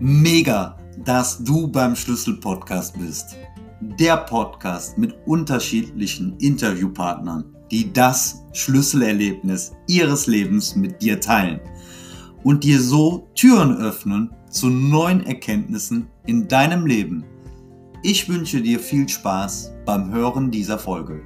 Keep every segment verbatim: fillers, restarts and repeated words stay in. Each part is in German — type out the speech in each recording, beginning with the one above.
Mega, dass du beim Schlüssel-Podcast bist. Der Podcast mit unterschiedlichen Interviewpartnern, die das Schlüsselerlebnis ihres Lebens mit dir teilen und dir so Türen öffnen zu neuen Erkenntnissen in deinem Leben. Ich wünsche dir viel Spaß beim Hören dieser Folge.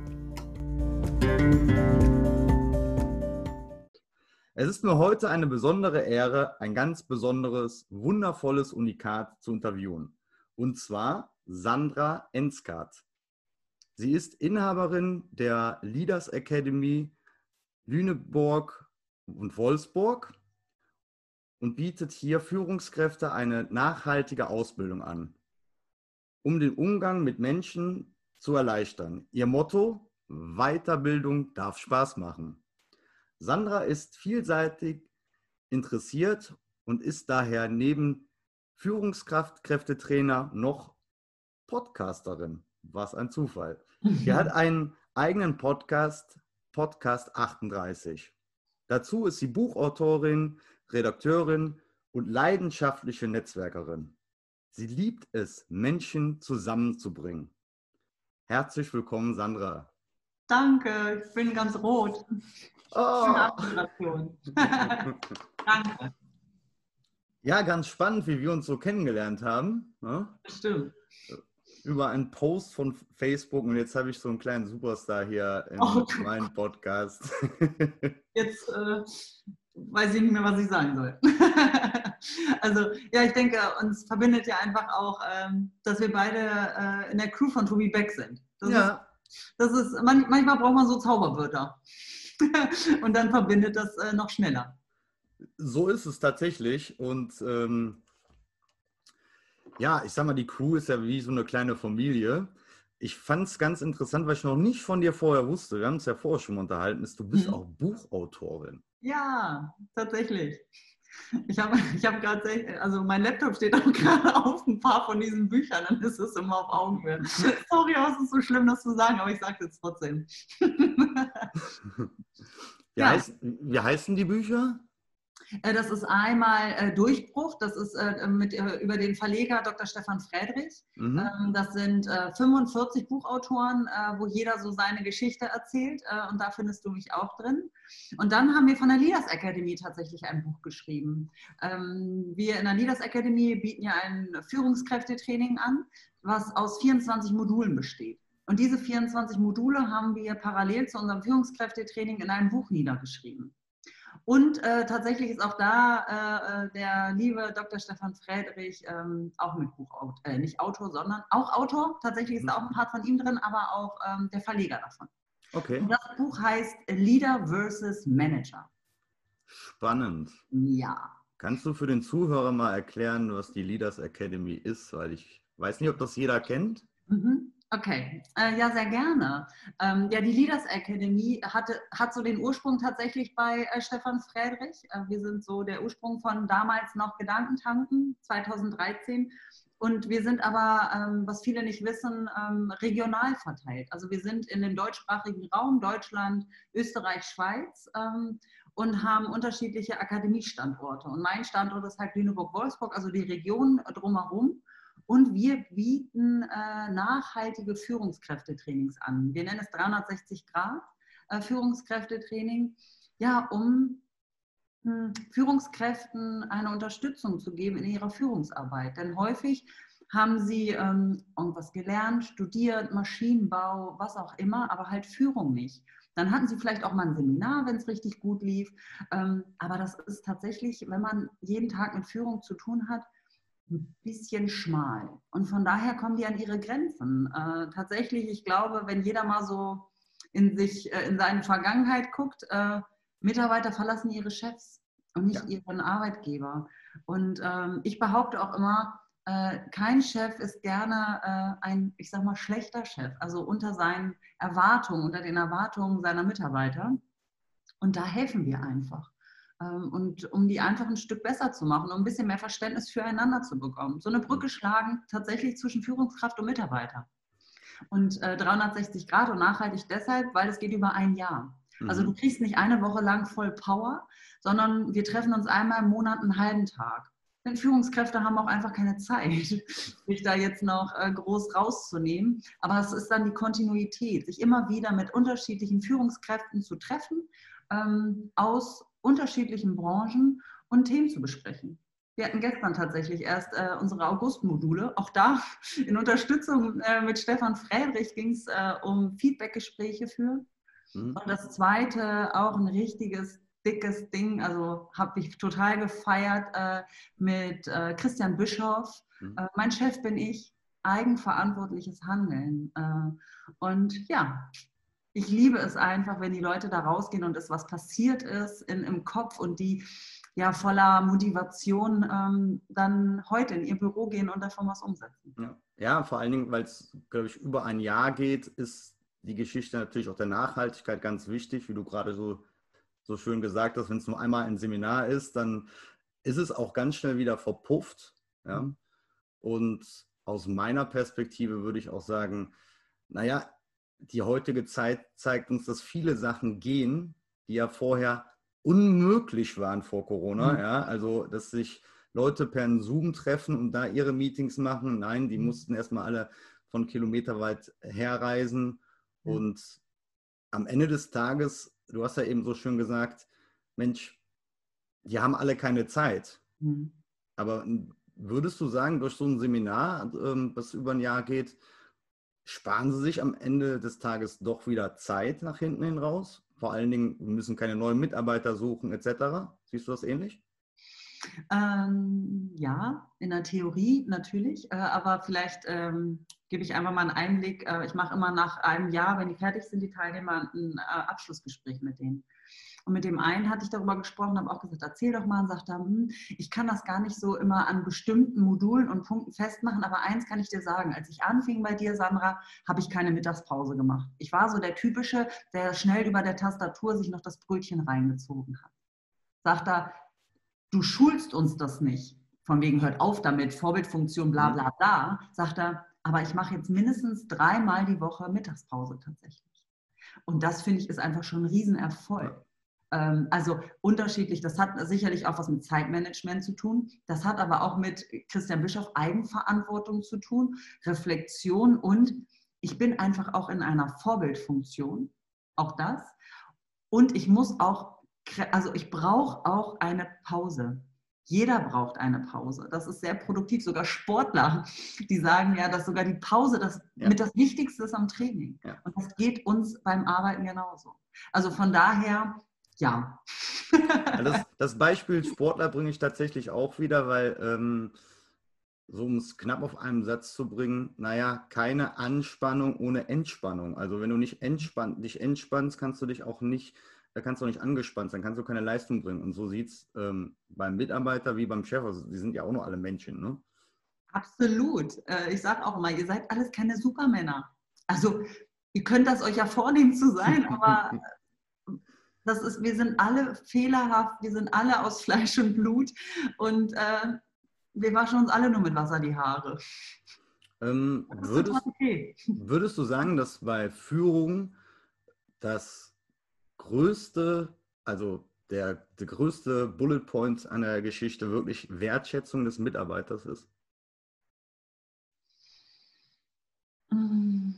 Es ist mir heute eine besondere Ehre, ein ganz besonderes, wundervolles Unikat zu interviewen. Und zwar Sandra Enskat. Sie ist Inhaberin der Leaders Academy Lüneburg und Wolfsburg und bietet hier Führungskräfte eine nachhaltige Ausbildung an, um den Umgang mit Menschen zu erleichtern. Ihr Motto: Weiterbildung darf Spaß machen. Sandra ist vielseitig interessiert und ist daher neben Führungskräftetrainer noch Podcasterin. Was ein Zufall. Sie hat einen eigenen Podcast, Podcast achtunddreißig. Dazu ist sie Buchautorin, Redakteurin und leidenschaftliche Netzwerkerin. Sie liebt es, Menschen zusammenzubringen. Herzlich willkommen, Sandra. Danke, ich bin ganz rot. Oh. Danke. Ja, ganz spannend, wie wir uns so kennengelernt haben. Ne? Stimmt. Über einen Post von Facebook und jetzt habe ich so einen kleinen Superstar hier in Oh, meinem Podcast. Jetzt äh, weiß ich nicht mehr, was ich sagen soll. Also, ja, ich denke, uns verbindet ja einfach auch, ähm, dass wir beide äh, in der Crew von To Be Back sind. Das Ja. Ist, das ist, man, manchmal braucht man so Zauberwörter. Und dann verbindet das äh, noch schneller. So ist es tatsächlich. Und ähm, ja, ich sag mal, die Crew ist ja wie so eine kleine Familie. Ich fand es ganz interessant, weil ich noch nicht von dir vorher wusste. Wir haben uns ja vorher schon mal unterhalten, ist, du bist mhm. auch Buchautorin. Ja, tatsächlich. Ich habe ich hab gerade, also mein Laptop steht auch gerade auf ein paar von diesen Büchern, dann ist es immer auf Augenhöhe. Sorry, aber es ist so schlimm, das zu sagen, aber ich sage es trotzdem. Wie, ja. heißt, wie heißen die Bücher? Das ist einmal äh, Durchbruch, das ist äh, mit, äh, über den Verleger Doktor Stefan Friedrich. Mhm. Ähm, das sind äh, fünfundvierzig Buchautoren, äh, wo jeder so seine Geschichte erzählt äh, und da findest du mich auch drin. Und dann haben wir von der Leaders Academy tatsächlich ein Buch geschrieben. Ähm, wir in der Leaders Academy bieten ja ein Führungskräftetraining an, was aus vierundzwanzig Modulen besteht. Und diese vierundzwanzig Module haben wir parallel zu unserem Führungskräftetraining in einem Buch niedergeschrieben. Und äh, tatsächlich ist auch da äh, der liebe Doktor Stefan Friedrich ähm, auch mit Buchautor, äh, nicht Autor, sondern auch Autor. Tatsächlich ist da auch ein Part von ihm drin, aber auch ähm, der Verleger davon. Okay. Und das Buch heißt Leader versus Manager. Spannend. Ja. Kannst du für den Zuhörer mal erklären, was die Leaders Academy ist? Weil ich weiß nicht, ob das jeder kennt. Mhm. Okay, äh, ja, sehr gerne. Ähm, ja, die Leaders Academy hatte, hat so den Ursprung tatsächlich bei äh, Stefan Friedrich. Äh, wir sind so der Ursprung von damals noch Gedankentanken, zweitausenddreizehn. Und wir sind aber, ähm, was viele nicht wissen, ähm, regional verteilt. Also wir sind in dem deutschsprachigen Raum, Deutschland, Österreich, Schweiz, ähm, und haben unterschiedliche Akademiestandorte. Und mein Standort ist halt Lüneburg-Wolfsburg, also die Region drumherum. Und wir bieten äh, nachhaltige Führungskräftetrainings an. Wir nennen es dreihundertsechzig Grad äh, Führungskräftetraining, ja, um mh, Führungskräften eine Unterstützung zu geben in ihrer Führungsarbeit. Denn häufig haben sie ähm, irgendwas gelernt, studiert, Maschinenbau, was auch immer, aber halt Führung nicht. Dann hatten sie vielleicht auch mal ein Seminar, wenn es richtig gut lief. Ähm, aber das ist tatsächlich, wenn man jeden Tag mit Führung zu tun hat, ein bisschen schmal. Und von daher kommen die an ihre Grenzen. Äh, tatsächlich, ich glaube, wenn jeder mal so in sich, äh, in seine Vergangenheit guckt, äh, Mitarbeiter verlassen ihre Chefs und nicht ja. ihren Arbeitgeber. Und ähm, ich behaupte auch immer, äh, kein Chef ist gerne äh, ein, ich sag mal, schlechter Chef, also unter seinen Erwartungen, unter den Erwartungen seiner Mitarbeiter. Und da helfen wir einfach. Und um die einfach ein Stück besser zu machen, um ein bisschen mehr Verständnis füreinander zu bekommen. So eine Brücke schlagen tatsächlich zwischen Führungskraft und Mitarbeiter. Und äh, dreihundertsechzig Grad und nachhaltig deshalb, weil es geht über ein Jahr. Mhm. Also du kriegst nicht eine Woche lang voll Power, sondern wir treffen uns einmal im Monat einen halben Tag. Denn Führungskräfte haben auch einfach keine Zeit, sich da jetzt noch äh, groß rauszunehmen. Aber es ist dann die Kontinuität, sich immer wieder mit unterschiedlichen Führungskräften zu treffen, ähm, aus unterschiedlichen Branchen und Themen zu besprechen. Wir hatten gestern tatsächlich erst äh, unsere August-Module. Auch da in Unterstützung äh, mit Stefan Friedrich ging es äh, um Feedbackgespräche führen. Mhm. Und das zweite, auch ein richtiges, dickes Ding, also habe ich total gefeiert äh, mit äh, Christian Bischoff. Mhm. Äh, mein Chef bin ich, eigenverantwortliches Handeln. Äh, und ja, ich liebe es einfach, wenn die Leute da rausgehen und es was passiert ist in, im Kopf und die ja voller Motivation ähm, dann heute in ihr Büro gehen und davon was umsetzen. Ja, ja, vor allen Dingen, weil es, glaube ich, über ein Jahr geht, ist die Geschichte natürlich auch der Nachhaltigkeit ganz wichtig, wie du gerade so, so schön gesagt hast. Wenn es nur einmal ein Seminar ist, dann ist es auch ganz schnell wieder verpufft. Ja? Mhm. Und aus meiner Perspektive würde ich auch sagen, naja, die heutige Zeit zeigt uns, dass viele Sachen gehen, die ja vorher unmöglich waren vor Corona. Mhm. Ja? Also, dass sich Leute per Zoom treffen und da ihre Meetings machen. Nein, die mussten erstmal alle von kilometerweit herreisen. Mhm. Und am Ende des Tages, du hast ja eben so schön gesagt, Mensch, die haben alle keine Zeit. Mhm. Aber würdest du sagen, durch so ein Seminar, das über ein Jahr geht, sparen sie sich am Ende des Tages doch wieder Zeit nach hinten hin raus? Vor allen Dingen, wir müssen keine neuen Mitarbeiter suchen et cetera. Siehst du das ähnlich? Ähm, ja, in der Theorie natürlich, äh, aber vielleicht ähm, gebe ich einfach mal einen Einblick. Äh, ich mache immer nach einem Jahr, wenn die fertig sind, die Teilnehmer, ein äh, Abschlussgespräch mit denen. Und mit dem einen hatte ich darüber gesprochen, habe auch gesagt, erzähl doch mal, und sagte, hm, ich kann das gar nicht so immer an bestimmten Modulen und Punkten festmachen, aber eins kann ich dir sagen, als ich anfing bei dir, Sandra, habe ich keine Mittagspause gemacht. Ich war so der Typische, der schnell über der Tastatur sich noch das Brötchen reingezogen hat. Sagt er, du schulst uns das nicht. Von wegen, hört auf damit, Vorbildfunktion, bla bla bla. Sagt er, aber ich mache jetzt mindestens dreimal die Woche Mittagspause tatsächlich. Und das, finde ich, ist einfach schon ein Riesenerfolg. Ähm, also unterschiedlich, das hat sicherlich auch was mit Zeitmanagement zu tun. Das hat aber auch mit Christian Bischoff Eigenverantwortung zu tun, Reflexion und ich bin einfach auch in einer Vorbildfunktion, auch das. Und ich muss auch Also ich brauche auch eine Pause. Jeder braucht eine Pause. Das ist sehr produktiv. Sogar Sportler, die sagen ja, dass sogar die Pause das ja. mit das Wichtigste ist am Training. Ja. Und das geht uns beim Arbeiten genauso. Also von daher, ja. ja das, das Beispiel Sportler bringe ich tatsächlich auch wieder, weil ähm, so um es knapp auf einen Satz zu bringen, naja, keine Anspannung ohne Entspannung. Also wenn du nicht entspannt, dich entspannst, kannst du dich auch nicht da kannst du nicht angespannt sein, kannst du keine Leistung bringen. Und so sieht es ähm, beim Mitarbeiter wie beim Chef, also die sind ja auch nur alle Menschen, ne? Absolut. Äh, ich sage auch immer, ihr seid alles keine Supermänner. Also ihr könnt das euch ja vornehmen zu sein, aber das ist, wir sind alle fehlerhaft, wir sind alle aus Fleisch und Blut und äh, wir waschen uns alle nur mit Wasser die Haare. Ähm, würdest, okay. würdest du sagen, dass bei Führung das größte, also der, der größte Bullet Point an der Geschichte wirklich Wertschätzung des Mitarbeiters ist? Ähm,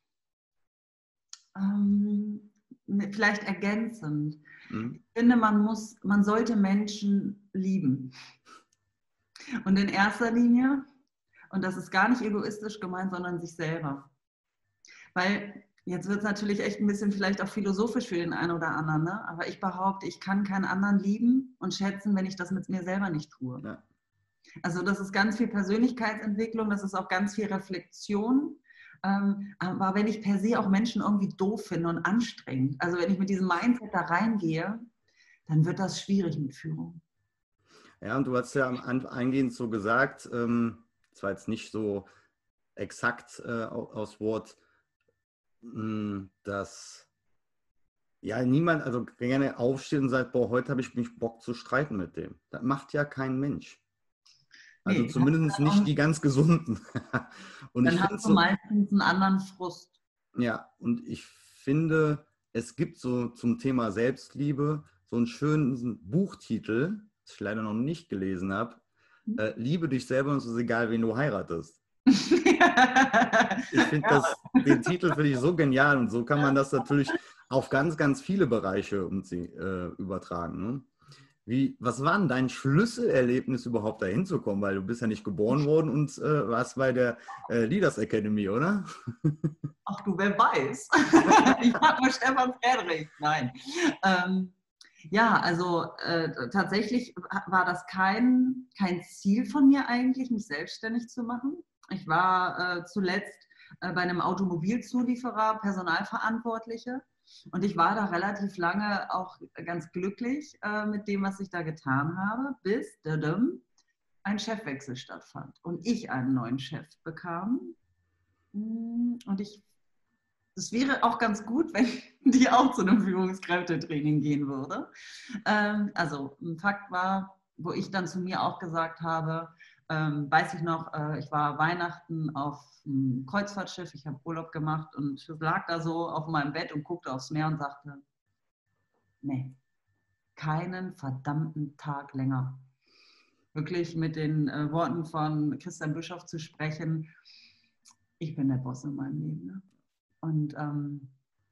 ähm, vielleicht ergänzend. Mhm. Ich finde, man muss, man sollte Menschen lieben. Und in erster Linie, und das ist gar nicht egoistisch gemeint, sondern sich selber. Weil jetzt wird es natürlich echt ein bisschen vielleicht auch philosophisch für den einen oder anderen, ne? Aber ich behaupte, ich kann keinen anderen lieben und schätzen, wenn ich das mit mir selber nicht tue. Ja. Also das ist ganz viel Persönlichkeitsentwicklung, das ist auch ganz viel Reflexion. Ähm, aber wenn ich per se auch Menschen irgendwie doof finde und anstrengend, also wenn ich mit diesem Mindset da reingehe, dann wird das schwierig mit Führung. Ja, und du hast ja am Anfang eingehend so gesagt, ähm, das war jetzt nicht so exakt äh, aus Wort, mh, dass ja niemand, also gerne aufsteht und sagt, boah, heute habe ich mich Bock zu streiten mit dem. Das macht ja kein Mensch. Also nee, zumindest nicht, nicht die ganz Gesunden. Und dann ich hast du so, meistens einen anderen Frust. Ja, und ich finde, es gibt so zum Thema Selbstliebe so einen schönen Buchtitel, das ich leider noch nicht gelesen habe. äh, liebe dich selber und es ist egal, wen du heiratest. Ich finde das, den Titel finde ich so genial und so kann man das natürlich auf ganz, ganz viele Bereiche um sie, äh, übertragen. Ne? Wie, was war denn dein Schlüsselerlebnis überhaupt dahin zu kommen? Weil du bist ja nicht geboren worden und äh, warst bei der äh, Leaders Academy, oder? Ach du, wer weiß. Ich mag mal Stefan Friedrich. Nein. Ähm, ja, also äh, tatsächlich war das kein, kein Ziel von mir eigentlich, mich selbstständig zu machen. Ich war äh, zuletzt äh, bei einem Automobilzulieferer Personalverantwortliche und ich war da relativ lange auch ganz glücklich äh, mit dem, was ich da getan habe, bis ein Chefwechsel stattfand und ich einen neuen Chef bekam. Und ich, es wäre auch ganz gut, wenn die auch zu einem Führungskräftetraining gehen würde. Ähm, also ein Fakt war, wo ich dann zu mir auch gesagt habe, ähm, weiß ich noch, äh, ich war Weihnachten auf einem Kreuzfahrtschiff, ich habe Urlaub gemacht und lag da so auf meinem Bett und guckte aufs Meer und sagte, nee, keinen verdammten Tag länger. Wirklich mit den äh, Worten von Christian Bischoff zu sprechen, ich bin der Boss in meinem Leben. Ne? Und ähm,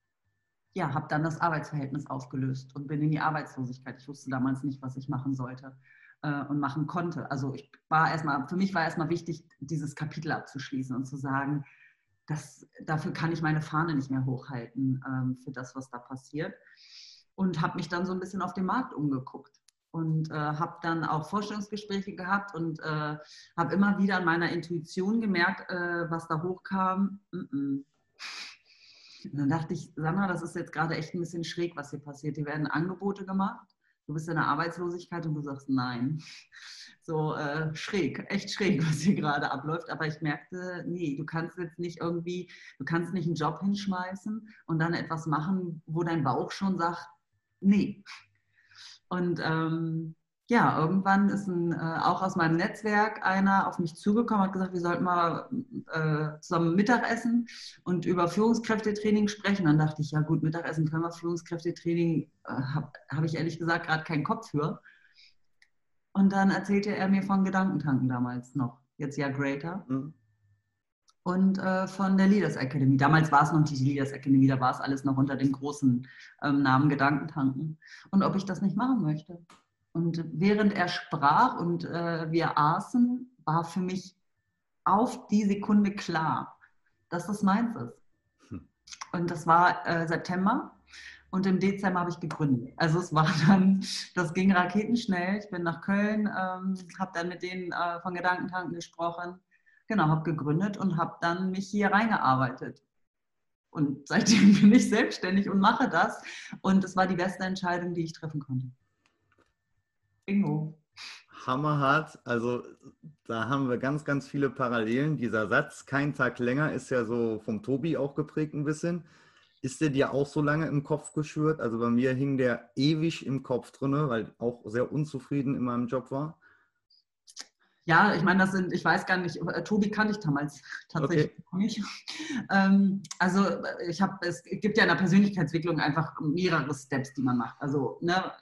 ja, habe dann das Arbeitsverhältnis aufgelöst und bin in die Arbeitslosigkeit. Ich wusste damals nicht, was ich machen sollte äh, und machen konnte. Also ich war erstmal, für mich war erstmal wichtig, dieses Kapitel abzuschließen und zu sagen, dass, dafür kann ich meine Fahne nicht mehr hochhalten ähm, für das, was da passiert. Und habe mich dann so ein bisschen auf den Markt umgeguckt. Und äh, habe dann auch Vorstellungsgespräche gehabt und äh, habe immer wieder an meiner Intuition gemerkt, äh, was da hochkam. Mm-mm. Und dann dachte ich, Sandra, das ist jetzt gerade echt ein bisschen schräg, was hier passiert. Hier werden Angebote gemacht, du bist in der Arbeitslosigkeit und du sagst nein. So äh, schräg, echt schräg, was hier gerade abläuft. Aber ich merkte, nee, du kannst jetzt nicht irgendwie, du kannst nicht einen Job hinschmeißen und dann etwas machen, wo dein Bauch schon sagt, nee. Und ähm, ja, irgendwann ist ein, äh, auch aus meinem Netzwerk einer auf mich zugekommen, hat gesagt, wir sollten mal äh, zusammen Mittagessen und über Führungskräftetraining sprechen. Dann dachte ich, ja gut, Mittagessen können wir, Führungskräftetraining äh, habe hab ich ehrlich gesagt gerade keinen Kopf für. Und dann erzählte er mir von Gedankentanken damals noch, jetzt ja Greater. Mhm. Und äh, von der Leaders Academy. Damals war es noch nicht die Leaders Academy, da war es alles noch unter dem großen ähm, Namen Gedankentanken. Und ob ich das nicht machen möchte. Und während er sprach und äh, wir aßen, war für mich auf die Sekunde klar, dass das meins ist. Hm. Und das war äh, September und im Dezember habe ich gegründet. Also es war dann, das ging raketenschnell. Ich bin nach Köln, ähm, habe dann mit denen äh, von Gedankentanken gesprochen. Genau, habe gegründet und habe dann mich hier reingearbeitet. Und seitdem bin ich selbstständig und mache das. Und es war die beste Entscheidung, die ich treffen konnte. Bingo. Hammerhart. Also da haben wir ganz, ganz viele Parallelen. Dieser Satz, kein Tag länger, ist ja so vom Tobi auch geprägt ein bisschen. Ist der dir auch so lange im Kopf geschürt? Also bei mir hing der ewig im Kopf drin, weil ich auch sehr unzufrieden in meinem Job war. Ja, ich meine, das sind, ich weiß gar nicht, Tobi kannte ich damals tatsächlich okay. nicht. Ähm, also ich habe, es gibt ja in der Persönlichkeitsentwicklung einfach mehrere Steps, die man macht. Also ne,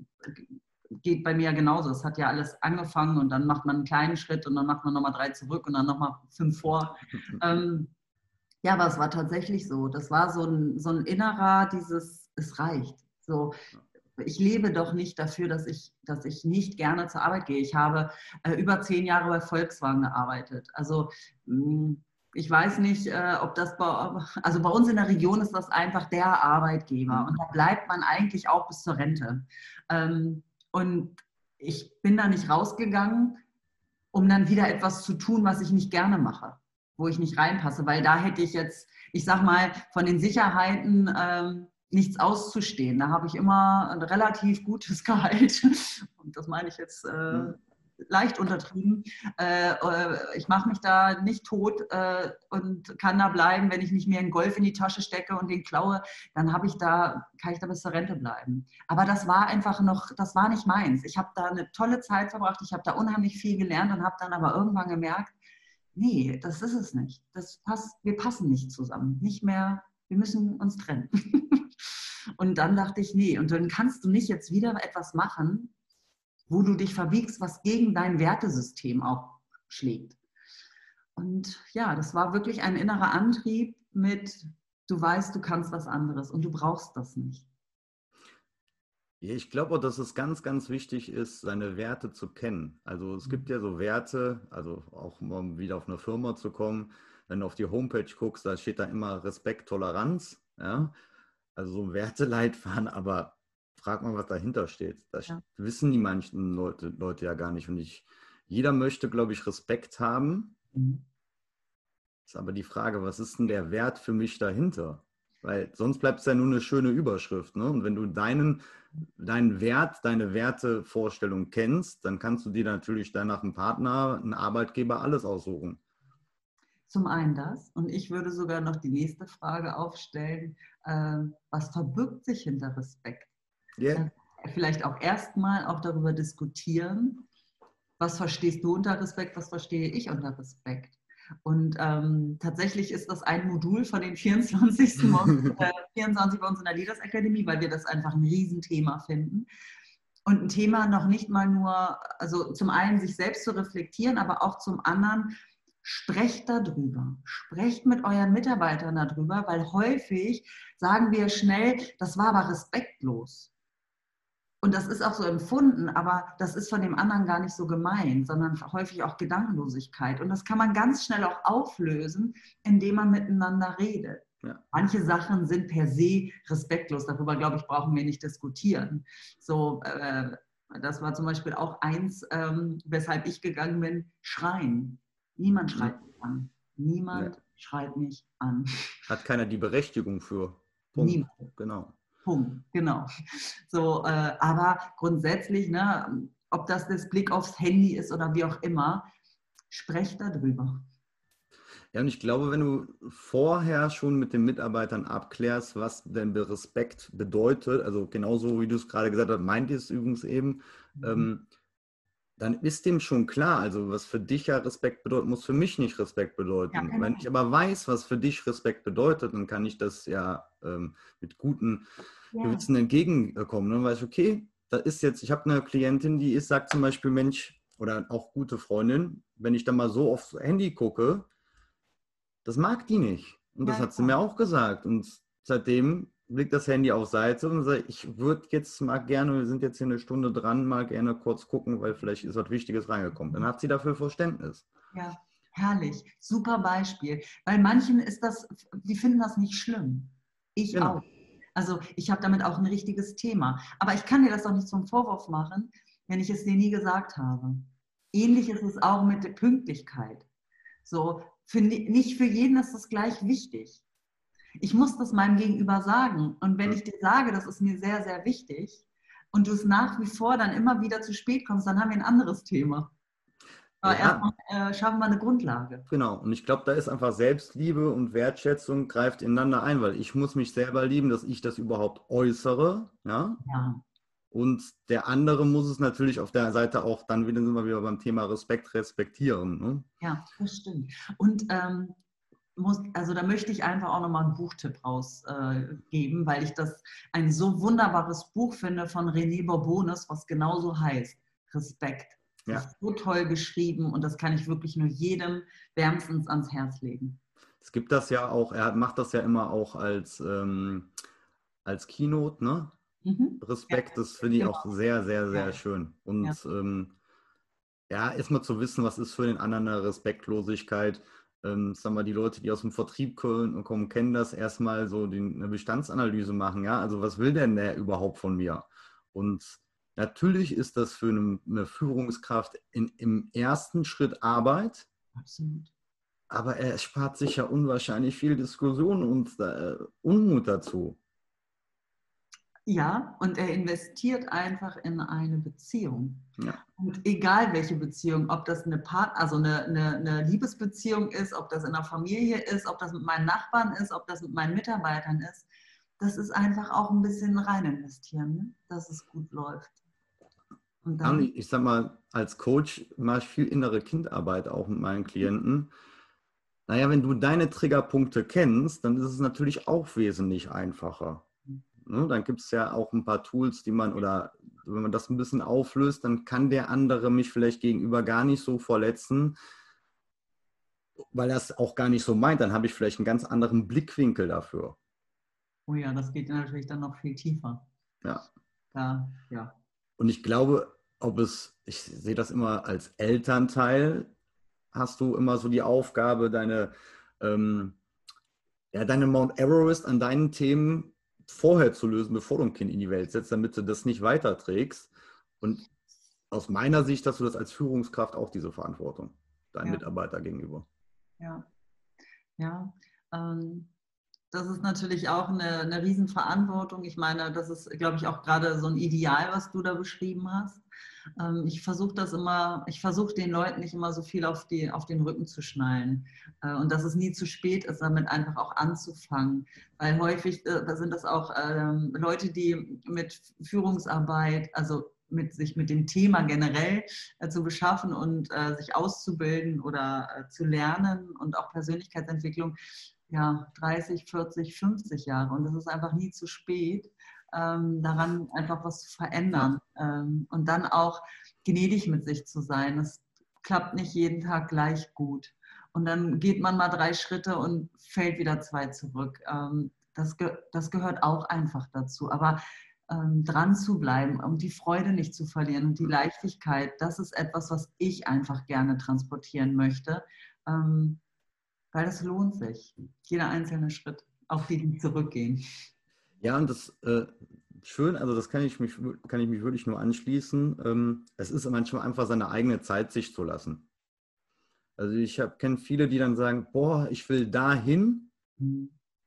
geht bei mir ja genauso. Es hat ja alles angefangen und dann macht man einen kleinen Schritt und dann macht man nochmal drei zurück und dann nochmal fünf vor. ähm, ja, aber es war tatsächlich so. Das war so ein, so ein innerer, dieses, es reicht. So, ich lebe doch nicht dafür, dass ich, dass ich nicht gerne zur Arbeit gehe. Ich habe äh, über zehn Jahre bei Volkswagen gearbeitet. Also mh, ich weiß nicht, äh, ob das bei, also bei uns in der Region ist das einfach der Arbeitgeber und da bleibt man eigentlich auch bis zur Rente. Ähm, und ich bin da nicht rausgegangen, um dann wieder etwas zu tun, was ich nicht gerne mache, wo ich nicht reinpasse, weil da hätte ich jetzt, ich sag mal, von den Sicherheiten ähm, nichts auszustehen. Da habe ich immer ein relativ gutes Gehalt und das meine ich jetzt äh, leicht untertrieben. Äh, ich mache mich da nicht tot äh, und kann da bleiben, wenn ich nicht mir einen Golf in die Tasche stecke und den klaue, dann habe ich da, kann ich da bis zur Rente bleiben. Aber das war einfach noch, das war nicht meins. Ich habe da eine tolle Zeit verbracht, ich habe da unheimlich viel gelernt und habe dann aber irgendwann gemerkt, nee, das ist es nicht. Das passt, wir passen nicht zusammen. Nicht mehr, wir müssen uns trennen. Und dann dachte ich, nee, und dann kannst du nicht jetzt wieder etwas machen, wo du dich verbiegst, was gegen dein Wertesystem auch schlägt. Und ja, das war wirklich ein innerer Antrieb mit, du weißt, du kannst was anderes und du brauchst das nicht. Ja, ich glaube auch, dass es ganz, ganz wichtig ist, seine Werte zu kennen. Also es gibt ja so Werte, also auch um wieder auf eine Firma zu kommen, wenn du auf die Homepage guckst, da steht da immer Respekt, Toleranz, ja, also so ein Werteleitfaden, aber frag mal, was dahinter steht. Das Ja. wissen die manchen Leute, Leute ja gar nicht. Und ich, jeder möchte, glaube ich, Respekt haben. Mhm. Ist aber die Frage, was ist denn der Wert für mich dahinter? Weil sonst bleibt es ja nur eine schöne Überschrift. Ne? Und wenn du deinen, deinen Wert, deine Wertevorstellung kennst, dann kannst du dir natürlich danach einen Partner, einen Arbeitgeber, alles aussuchen. Zum einen das. Und ich würde sogar noch die nächste Frage aufstellen. Äh, was verbirgt sich hinter Respekt? Yeah. Äh, vielleicht auch erstmal auch darüber diskutieren, was verstehst du unter Respekt, was verstehe ich unter Respekt? Und ähm, tatsächlich ist das ein Modul von den vierundzwanzig, äh, vierundzwanzig bei uns in der Leaders Academy, weil wir das einfach ein Riesenthema finden. Und ein Thema noch nicht mal nur, also zum einen sich selbst zu reflektieren, aber auch zum anderen, sprecht darüber. Sprecht mit euren Mitarbeitern darüber, weil häufig sagen wir schnell, das war aber respektlos. Und das ist auch so empfunden, aber das ist von dem anderen gar nicht so gemeint, sondern häufig auch Gedankenlosigkeit. Und das kann man ganz schnell auch auflösen, indem man miteinander redet. Ja. Manche Sachen sind per se respektlos, darüber, glaube ich, brauchen wir nicht diskutieren. So, äh, das war zum Beispiel auch eins, ähm, weshalb ich gegangen bin, schreien. Niemand schreit mich an. Niemand ja. schreit mich an. Hat keiner die Berechtigung für. Punkt. Niemand. Genau. Punkt, genau. So, äh, aber grundsätzlich, ne, ob das das Blick aufs Handy ist oder wie auch immer, sprecht darüber. Ja, und ich glaube, wenn du vorher schon mit den Mitarbeitern abklärst, was denn Respekt bedeutet, also genauso wie du es gerade gesagt hast, meint ihr es übrigens eben, mhm. ähm, dann ist dem schon klar, also was für dich ja Respekt bedeutet, muss für mich nicht Respekt bedeuten. Ja, genau. Wenn ich aber weiß, was für dich Respekt bedeutet, dann kann ich das ja ähm, mit guten ja. Gewissen entgegenkommen. Dann weiß ich, okay, da ist jetzt, ich habe eine Klientin, die ist, sagt zum Beispiel, Mensch, oder auch gute Freundin, wenn ich dann mal so aufs Handy gucke, das mag die nicht. Und das ja, hat sie mir auch gesagt. Und seitdem legt das Handy auf Seite und sagt, ich würde jetzt mal gerne, wir sind jetzt hier eine Stunde dran, mal gerne kurz gucken, weil vielleicht ist was Wichtiges reingekommen. Dann hat sie dafür Verständnis. Ja, herrlich. Super Beispiel. Weil manchen ist das, die finden das nicht schlimm. Ich genau. auch. Also ich habe damit auch ein richtiges Thema. Aber ich kann dir das doch nicht zum Vorwurf machen, wenn ich es dir nie gesagt habe. Ähnlich ist es auch mit der Pünktlichkeit. So, für, nicht für jeden ist das gleich wichtig. Ich muss das meinem Gegenüber sagen. Und wenn ich dir sage, das ist mir sehr, sehr wichtig und du es nach wie vor dann immer wieder zu spät kommst, dann haben wir ein anderes Thema. Aber ja. erstmal äh, schaffen wir eine Grundlage. Genau. Und ich glaube, da ist einfach Selbstliebe und Wertschätzung greift ineinander ein, weil ich muss mich selber lieben, dass ich das überhaupt äußere. Ja. ja. Und der andere muss es natürlich auf der Seite auch, dann wieder sind wir wieder beim Thema Respekt, respektieren. Ne? Ja, das stimmt. Und ähm, muss, also da möchte ich einfach auch nochmal einen Buchtipp rausgeben, äh, weil ich das ein so wunderbares Buch finde von René Bourbonus, was genauso heißt, Respekt. Das ja. ist so toll geschrieben und das kann ich wirklich nur jedem wärmstens ans Herz legen. Es gibt das ja auch, er macht das ja immer auch als, ähm, als Keynote, ne? Mhm. Respekt, ja, das finde ich genau. auch sehr, sehr, sehr ja. schön. Und ja. Ähm, ja, erstmal zu wissen, was ist für den anderen eine Respektlosigkeit. Ähm, sagen wir, die Leute, die aus dem Vertrieb kommen, kennen das, erstmal so die, eine Bestandsanalyse machen. Ja, also was will denn der überhaupt von mir? Und natürlich ist das für eine, eine Führungskraft in, im ersten Schritt Arbeit. Absolut. Aber er spart sich ja unwahrscheinlich viel Diskussion und äh, Unmut dazu. Ja, und er investiert einfach in eine Beziehung. Ja. Und egal welche Beziehung, ob das eine Part, also eine, eine, eine Liebesbeziehung ist, ob das in der Familie ist, ob das mit meinen Nachbarn ist, ob das mit meinen Mitarbeitern ist, das ist einfach auch ein bisschen rein investieren, ne? Dass es gut läuft. Und dann, ja, ich sag mal, als Coach mache ich viel innere Kindarbeit auch mit meinen Klienten. Naja, wenn du deine Triggerpunkte kennst, dann ist es natürlich auch wesentlich einfacher. Ne? Dann gibt es ja auch ein paar Tools, die man, oder wenn man das ein bisschen auflöst, dann kann der andere mich vielleicht gegenüber gar nicht so verletzen, weil er es auch gar nicht so meint. Dann habe ich vielleicht einen ganz anderen Blickwinkel dafür. Oh ja, das geht natürlich dann noch viel tiefer. Ja. Da, ja. Und ich glaube, ob es, ich sehe das immer als Elternteil, hast du immer so die Aufgabe, deine, ähm, ja, deine Mount Everest an deinen Themen vorher zu lösen, bevor du ein Kind in die Welt setzt, damit du das nicht weiterträgst. Und aus meiner Sicht hast du das als Führungskraft auch diese Verantwortung, deinen Ja. Mitarbeiter gegenüber. Ja, ja. Ähm, das ist natürlich auch eine, eine Riesenverantwortung. Ich meine, das ist, glaube ich, auch gerade so ein Ideal, was du da beschrieben hast. Ähm, ich versuche das immer, ich versuche den Leuten nicht immer so viel auf, die, auf den Rücken zu schnallen. Äh, und dass es nie zu spät ist, damit einfach auch anzufangen. Weil häufig äh, sind das auch ähm, Leute, die mit Führungsarbeit, also mit sich mit dem Thema generell äh, zu beschaffen und äh, sich auszubilden oder äh, zu lernen und auch Persönlichkeitsentwicklung, ja, dreißig, vierzig, fünfzig Jahre. Und es ist einfach nie zu spät, ähm, daran einfach was zu verändern. Ja. Ähm, und dann auch gnädig mit sich zu sein. Es klappt nicht jeden Tag gleich gut. Und dann geht man mal drei Schritte und fällt wieder zwei zurück. Ähm, das, ge das gehört auch einfach dazu. Aber ähm, dran zu bleiben und die Freude nicht zu verlieren und die Leichtigkeit, das ist etwas, was ich einfach gerne transportieren möchte. Ähm, Weil das lohnt sich. Jeder einzelne Schritt, auch die, die zurückgehen. Ja, und das äh, schön, also das kann ich mich, kann ich mich wirklich nur anschließen. Ähm, es ist manchmal einfach seine eigene Zeit sich zu lassen. Also ich kenne viele, die dann sagen, boah, ich will dahin Mhm.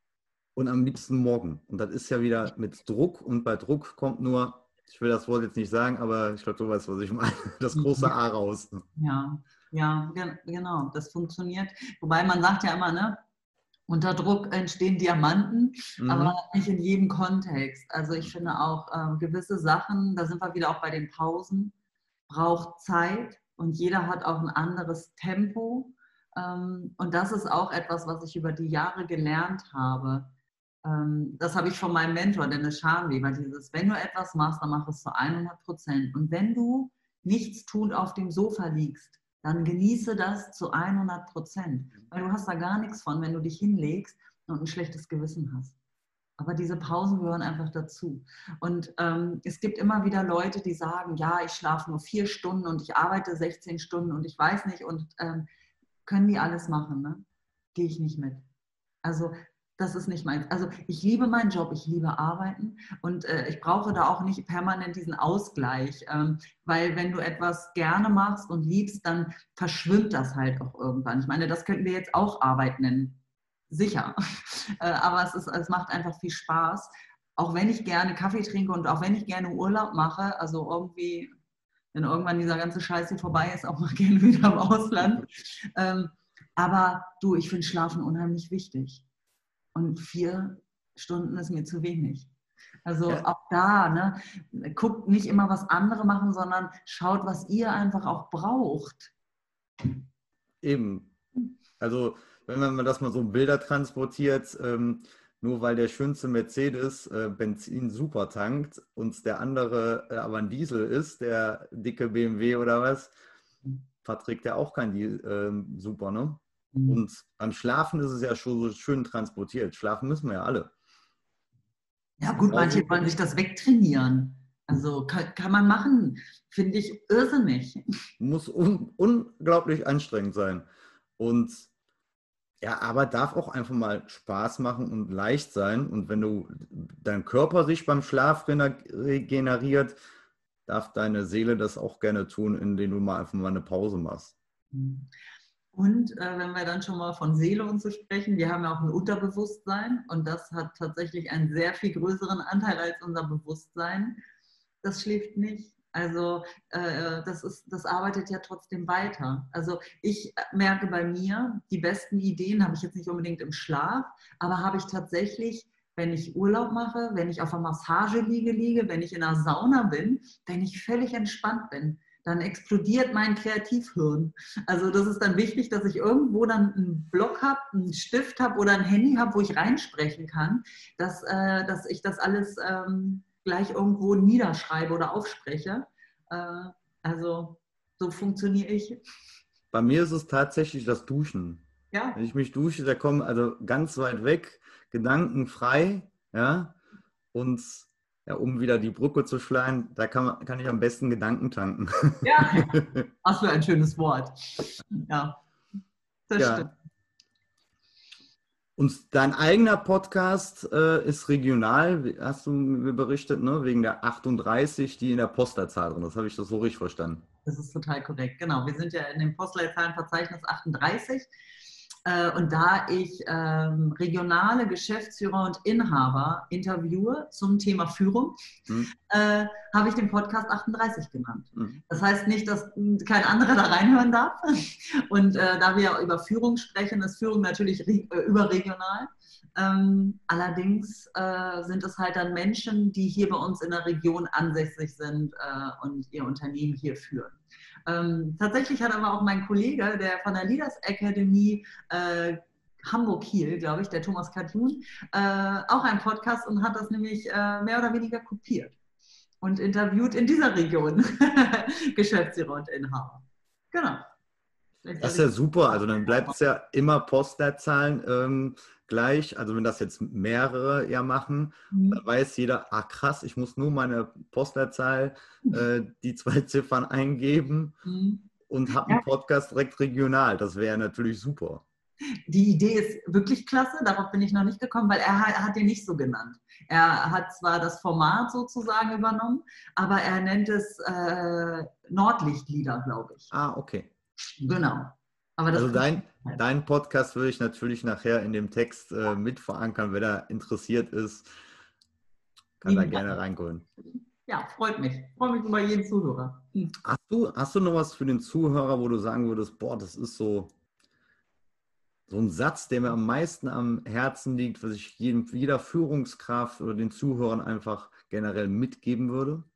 und am liebsten morgen. Und das ist ja wieder mit Druck und bei Druck kommt nur, ich will das Wort jetzt nicht sagen, aber ich glaube, du weißt, was ich meine, das große A raus. Ja, ja, gen genau, das funktioniert. Wobei man sagt ja immer, ne, unter Druck entstehen Diamanten, mhm. aber nicht in jedem Kontext. Also ich finde auch äh, gewisse Sachen, da sind wir wieder auch bei den Pausen, braucht Zeit und jeder hat auch ein anderes Tempo. Ähm, und das ist auch etwas, was ich über die Jahre gelernt habe. Ähm, das habe ich von meinem Mentor, Dennis Scharnweber, dieses, wenn du etwas machst, dann mach es zu hundert Prozent. Und wenn du nichts tun auf dem Sofa liegst, dann genieße das zu hundert Prozent. Weil du hast da gar nichts von, wenn du dich hinlegst und ein schlechtes Gewissen hast. Aber diese Pausen gehören einfach dazu. Und ähm, es gibt immer wieder Leute, die sagen, ja, ich schlafe nur vier Stunden und ich arbeite sechzehn Stunden und ich weiß nicht. Und ähm, können die alles machen, ne? Gehe ich nicht mit. Also das ist nicht meins. Also ich liebe meinen Job, ich liebe Arbeiten und äh, ich brauche da auch nicht permanent diesen Ausgleich, ähm, weil wenn du etwas gerne machst und liebst, dann verschwimmt das halt auch irgendwann. Ich meine, das könnten wir jetzt auch Arbeit nennen, sicher, äh, aber es, ist, es macht einfach viel Spaß, auch wenn ich gerne Kaffee trinke und auch wenn ich gerne Urlaub mache, also irgendwie, wenn irgendwann dieser ganze Scheiß hier vorbei ist, auch mal gerne wieder im Ausland. Ähm, aber du, ich finde Schlafen unheimlich wichtig. Und vier Stunden ist mir zu wenig. Also ja. Auch da, ne, guckt nicht immer, was andere machen, sondern schaut, was ihr einfach auch braucht. Eben. Also wenn man das mal so Bilder transportiert, ähm, nur weil der schönste Mercedes äh, Benzin super tankt und der andere äh, aber ein Diesel ist, der dicke B M W oder was, verträgt der auch kein Diesel, äh, super, ne? Mhm. Und beim Schlafen ist es ja schon so schön transportiert. Schlafen müssen wir ja alle. Ja gut, manche wollen sich das wegtrainieren. Also kann, kann man machen, finde ich irrsinnig. Muss un unglaublich anstrengend sein. Und ja, aber darf auch einfach mal Spaß machen und leicht sein. Und wenn du dein Körper sich beim Schlaf regeneriert, darf deine Seele das auch gerne tun, indem du mal einfach mal eine Pause machst. Und äh, wenn wir dann schon mal von Seele und so sprechen, wir haben ja auch ein Unterbewusstsein und das hat tatsächlich einen sehr viel größeren Anteil als unser Bewusstsein. Das schläft nicht. Also äh, das, ist, das arbeitet ja trotzdem weiter. Also ich merke bei mir, die besten Ideen habe ich jetzt nicht unbedingt im Schlaf, aber habe ich tatsächlich, wenn ich Urlaub mache, wenn ich auf einer Massageliege liege, wenn ich in einer Sauna bin, wenn ich völlig entspannt bin, dann explodiert mein Kreativhirn. Also das ist dann wichtig, dass ich irgendwo dann einen Block habe, einen Stift habe oder ein Handy habe, wo ich reinsprechen kann, dass, äh, dass ich das alles... Ähm, gleich irgendwo niederschreibe oder aufspreche. Äh, also so funktioniere ich. Bei mir ist es tatsächlich das Duschen. Ja. Wenn ich mich dusche, da kommen also ganz weit weg, gedankenfrei, ja, und ja, um wieder die Brücke zu schlagen, da kann, man, kann ich am besten Gedanken tanken. Ja, was für ein schönes Wort. Ja, das Ja. stimmt. Und dein eigener Podcast äh, ist regional, hast du mir berichtet, ne? Wegen der achtunddreißig, die in der Postleitzahl drin ist. Habe ich das so richtig verstanden? Das ist total korrekt. Genau, wir sind ja in dem Postleitzahlenverzeichnis achtunddreißig. Äh, und da ich ähm, regionale Geschäftsführer und Inhaber interviewe zum Thema Führung, hm. äh, habe ich den Podcast achtunddreißig genannt. Hm. Das heißt nicht, dass kein anderer da reinhören darf. Und äh, da wir ja über Führung sprechen, ist Führung natürlich äh, überregional. Ähm, allerdings äh, sind es halt dann Menschen, die hier bei uns in der Region ansässig sind äh, und ihr Unternehmen hier führen. Ähm, tatsächlich hat aber auch mein Kollege, der von der Leaders Academy äh, Hamburg-Kiel, glaube ich, der Thomas Katun, äh, auch einen Podcast und hat das nämlich äh, mehr oder weniger kopiert und interviewt in dieser Region Geschäftsführer und Inhaber. Genau. Das ist ja super, also dann bleibt es ja immer Postleitzahlen ähm, gleich, also wenn das jetzt mehrere ja machen, mhm. dann weiß jeder, ah krass, ich muss nur meine Postleitzahl, äh, die zwei Ziffern eingeben mhm. und habe einen Podcast direkt regional, das wäre natürlich super. Die Idee ist wirklich klasse, darauf bin ich noch nicht gekommen, weil er hat, er hat den nicht so genannt. Er hat zwar das Format sozusagen übernommen, aber er nennt es äh, Nordlichtlieder, glaube ich. Ah, okay. Genau. Aber das also dein, dein Podcast würde ich natürlich nachher in dem Text äh, mit verankern. Wer da interessiert ist, kann Lieben da gerne Dank. Reingucken. Ja, freut mich. Freue mich über jeden Zuhörer. Hm. Hast du, hast du noch was für den Zuhörer, wo du sagen würdest, boah, das ist so, so ein Satz, der mir am meisten am Herzen liegt, was ich jedem, jeder Führungskraft oder den Zuhörern einfach generell mitgeben würde?